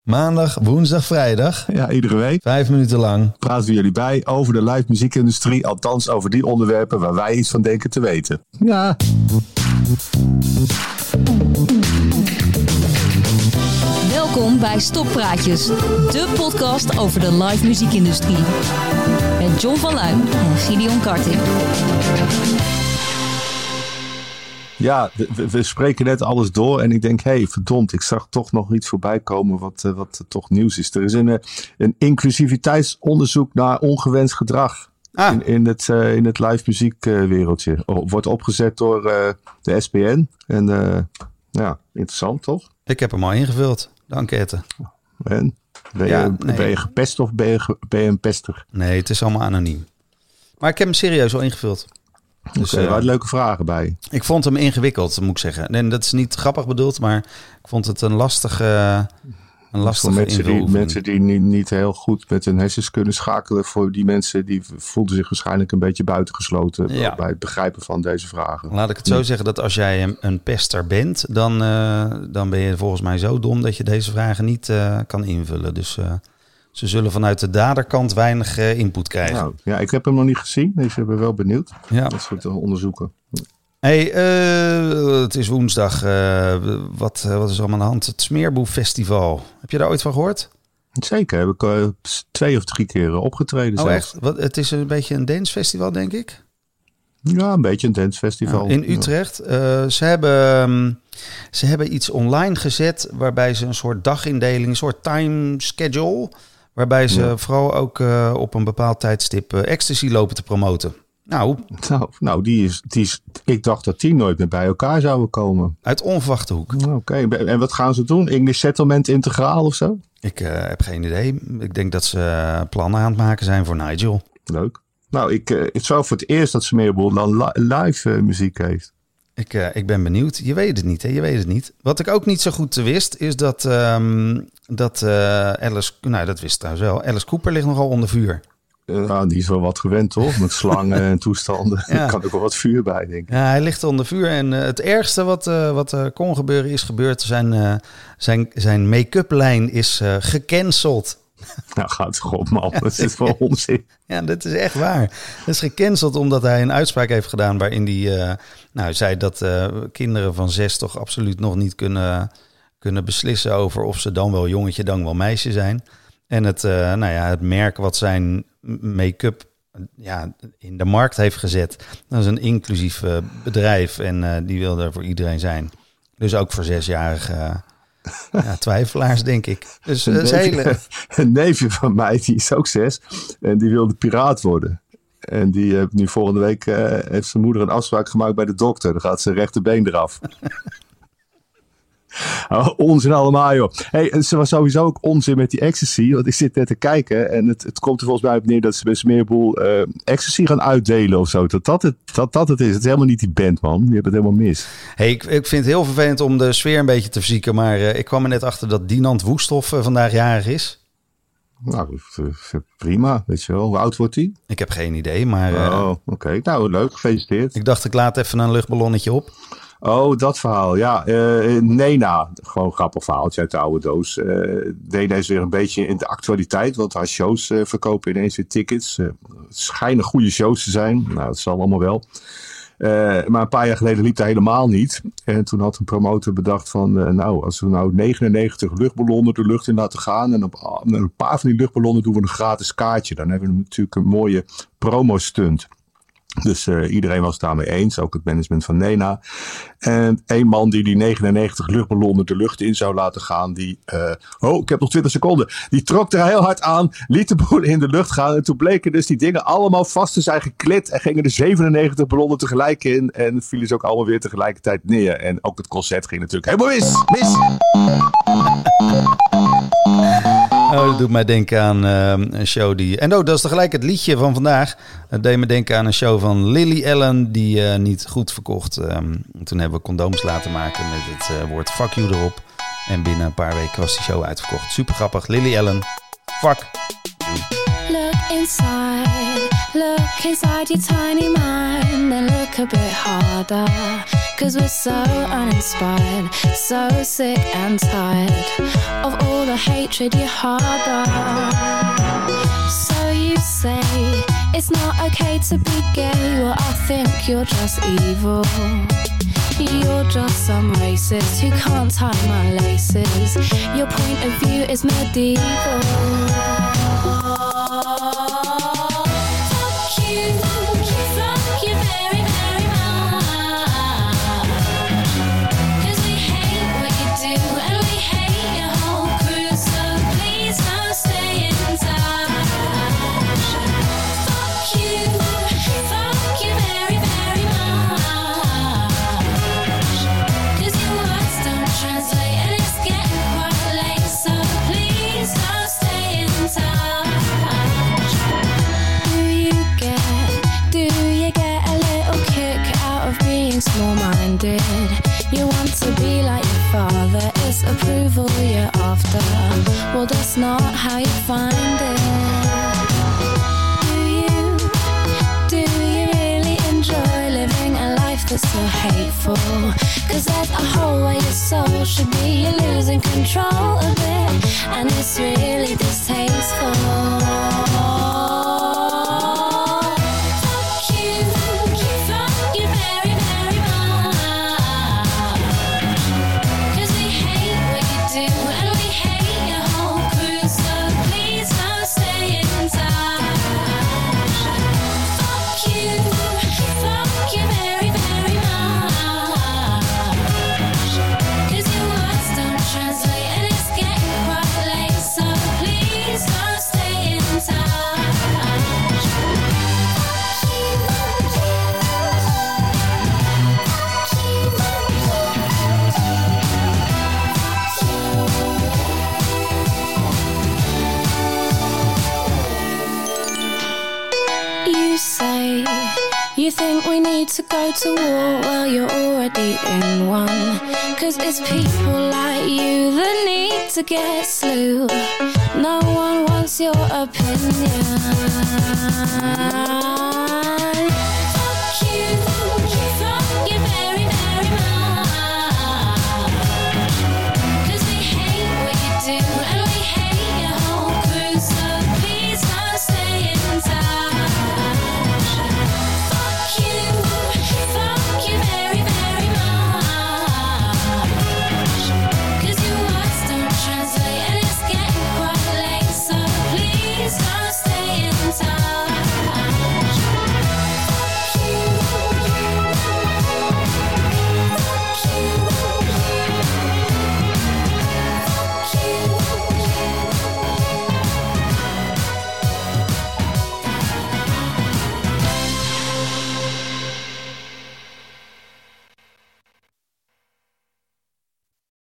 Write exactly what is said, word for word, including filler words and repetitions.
Maandag, woensdag, vrijdag. Ja, iedere week. Vijf minuten lang. Praten we jullie bij over de live muziekindustrie. Althans over die onderwerpen waar wij iets van denken te weten. Ja. Welkom bij Stoppraatjes, de podcast over de live muziekindustrie. Met John van Luijn en Gideon Karting. Ja, we, we spreken net alles door en ik denk, hé, hey, verdomd, ik zag toch nog iets voorbij komen wat, uh, wat toch nieuws is. Er is een, een inclusiviteitsonderzoek naar ongewenst gedrag ah. in, in, het, uh, in het live muziekwereldje. Uh, oh, wordt opgezet door uh, de S P N en uh, ja, interessant toch? Ik heb hem al ingevuld, de enquête. En? Ben je, ja, nee. ben je gepest of ben je, ben je een pester? Nee, het is allemaal anoniem. Maar ik heb hem serieus al ingevuld. Dus, Oké, okay, uh, waar leuke vragen bij. Ik vond hem ingewikkeld, moet ik zeggen. En dat is niet grappig bedoeld, maar ik vond het een lastige, een lastige voor mensen die, mensen die niet, niet heel goed met hun hersens kunnen schakelen. Voor die mensen die voelden zich waarschijnlijk een beetje buitengesloten ja. bij het begrijpen van deze vragen. Laat ik het zo ja. zeggen dat als jij een, een pester bent, dan, uh, dan ben je volgens mij zo dom dat je deze vragen niet uh, kan invullen. Dus uh, ze zullen vanuit de daderkant weinig uh, input krijgen. Nou, ja, ik heb hem nog niet gezien, dus ik ben wel benieuwd. Ja. Dat soort onderzoeken. Hey, uh, het is woensdag. Uh, wat, uh, wat is er allemaal aan de hand? Het Smeerboe Festival. Heb je daar ooit van gehoord? Zeker, heb ik uh, twee of drie keer opgetreden. Oh zelfs. Echt? Wat, het is een beetje een dancefestival, denk ik? Ja, een beetje een dancefestival. Ja, in Utrecht. Uh, ze, hebben, um, ze hebben iets online gezet waarbij ze een soort dagindeling, een soort time schedule, waarbij ze ja. vooral ook uh, op een bepaald tijdstip uh, ecstasy lopen te promoten. Nou, nou, nou die is, die is, ik dacht dat die nooit meer bij elkaar zouden komen. Uit onverwachte hoek. Oké, okay. En wat gaan ze doen? English Settlement Integraal of zo? Ik uh, heb geen idee. Ik denk dat ze uh, plannen aan het maken zijn voor Nigel. Leuk. Nou, ik, uh, het zou voor het eerst dat Smeerboel dan li- live uh, muziek heeft. Ik, uh, ik ben benieuwd. Je weet het niet, hè? Je weet het niet. Wat ik ook niet zo goed wist, is dat, um, dat uh, Alice... Nou, dat wist trouwens wel. Alice Cooper ligt nogal onder vuur. Uh, nou, die is wel wat gewend, toch? Met slangen en toestanden. Ja. Er kan ook wel wat vuur bij, denk ik. Ja, hij ligt onder vuur. En uh, het ergste wat, uh, wat uh, kon gebeuren is gebeurd. Zijn, uh, zijn, zijn make-up lijn is uh, gecanceld. Nou, gaat het goed, man. Dat is wel onzin. Ja, dat is echt waar. Dat is gecanceld omdat hij een uitspraak heeft gedaan waarin hij uh, nou, zei dat uh, kinderen van zes toch absoluut nog niet kunnen, kunnen beslissen over of ze dan wel jongetje, dan wel meisje zijn. En het, uh, nou ja, het merk wat zijn make-up ja, in de markt heeft gezet, dat is een inclusief uh, bedrijf en uh, die wil er voor iedereen zijn. Dus ook voor zesjarige uh, ja, twijfelaars, denk ik. Dus uh, een, neefje, hele... een neefje van mij, die is ook zes en die wilde piraat worden. En die heeft nu volgende week uh, heeft zijn moeder een afspraak gemaakt bij de dokter. Dan gaat zijn rechterbeen eraf. Oh, onzin allemaal, joh. Hey, het was sowieso ook onzin met die ecstasy. Want ik zit net te kijken en het, het komt er volgens mij op neer dat ze bij Smeerboel uh, ecstasy gaan uitdelen of zo. Dat dat het, dat, dat het is. Het is helemaal niet die band, man. Je hebt het helemaal mis. Hey, ik, ik vind het heel vervelend om de sfeer een beetje te verzieken. Maar uh, ik kwam er net achter dat Dinant Woesthoff uh, vandaag jarig is. Nou, prima. Weet je wel. Hoe oud wordt hij? Ik heb geen idee, maar... Uh, oh, oké. Okay. Nou, leuk. Gefeliciteerd. Ik dacht, ik laat even een luchtballonnetje op. Oh, dat verhaal. Ja, uh, Nena. Gewoon een grappig verhaaltje uit de oude doos. Uh, Nena is weer een beetje in de actualiteit. Want haar shows uh, verkopen ineens weer tickets. Uh, het schijnen goede shows te zijn. Nou, dat zal allemaal wel. Uh, maar een paar jaar geleden liep dat helemaal niet. En toen had een promotor bedacht van... Uh, nou, als we nou negenennegentig luchtballonnen de lucht in laten gaan... en op een paar van die luchtballonnen doen we een gratis kaartje. Dan hebben we natuurlijk een mooie promo-stunt. Dus uh, iedereen was het daarmee eens, ook het management van Nena. En één man die die negenennegentig luchtballonnen de lucht in zou laten gaan, die, uh, oh, ik heb nog twintig seconden, die trok er heel hard aan, liet de boel in de lucht gaan. En toen bleken dus die dingen allemaal vast te zijn geklit en gingen er zevenennegentig ballonnen tegelijk in. En vielen ze ook allemaal weer tegelijkertijd neer. En ook het concert ging natuurlijk helemaal mis, mis. Oh, dat doet mij denken aan uh, een show die... En oh, dat is tegelijk het liedje van vandaag. Het deed me denken aan een show van Lily Allen die uh, niet goed verkocht. Um, toen hebben we condooms laten maken met het uh, woord fuck you erop. En binnen een paar weken was die show uitverkocht. Super grappig. Lily Allen, fuck you. Look inside, Look inside your tiny mind and look a bit harder, 'cause we're so uninspired, so sick and tired of all the hatred you harbor. So you say it's not okay to be gay, well I think you're just evil. You're just some racist who can't tie my laces. Your point of view is medieval. Fuck you, fuck you very, very much. 'Cause we hate what you do and we hate your whole crew, so please don't stay in touch. Fuck you, fuck you very, very much. 'Cause your words don't translate and it's getting quite late, so please don't stay in touch. Do you get, do you get a little kick out of being small-minded? You want to be like your father, it's approval you're after. Well, that's not how you find it. Do you, do you really enjoy living a life that's so hateful? 'Cause there's a hole where your soul should be, you're losing control of it, and it's really distasteful. Fuck you, fuck you very, very much. 'Cause we hate what you do and we hate your whole crew, so please don't stay in touch. Fuck you, fuck you very, very much. 'Cause your words don't translate and it's getting quite late, so please don't stay in touch. You say you think we need to go to war, well you're already in one. 'Cause it's people like you that need to get slew. No one wants your opinion. Fuck you,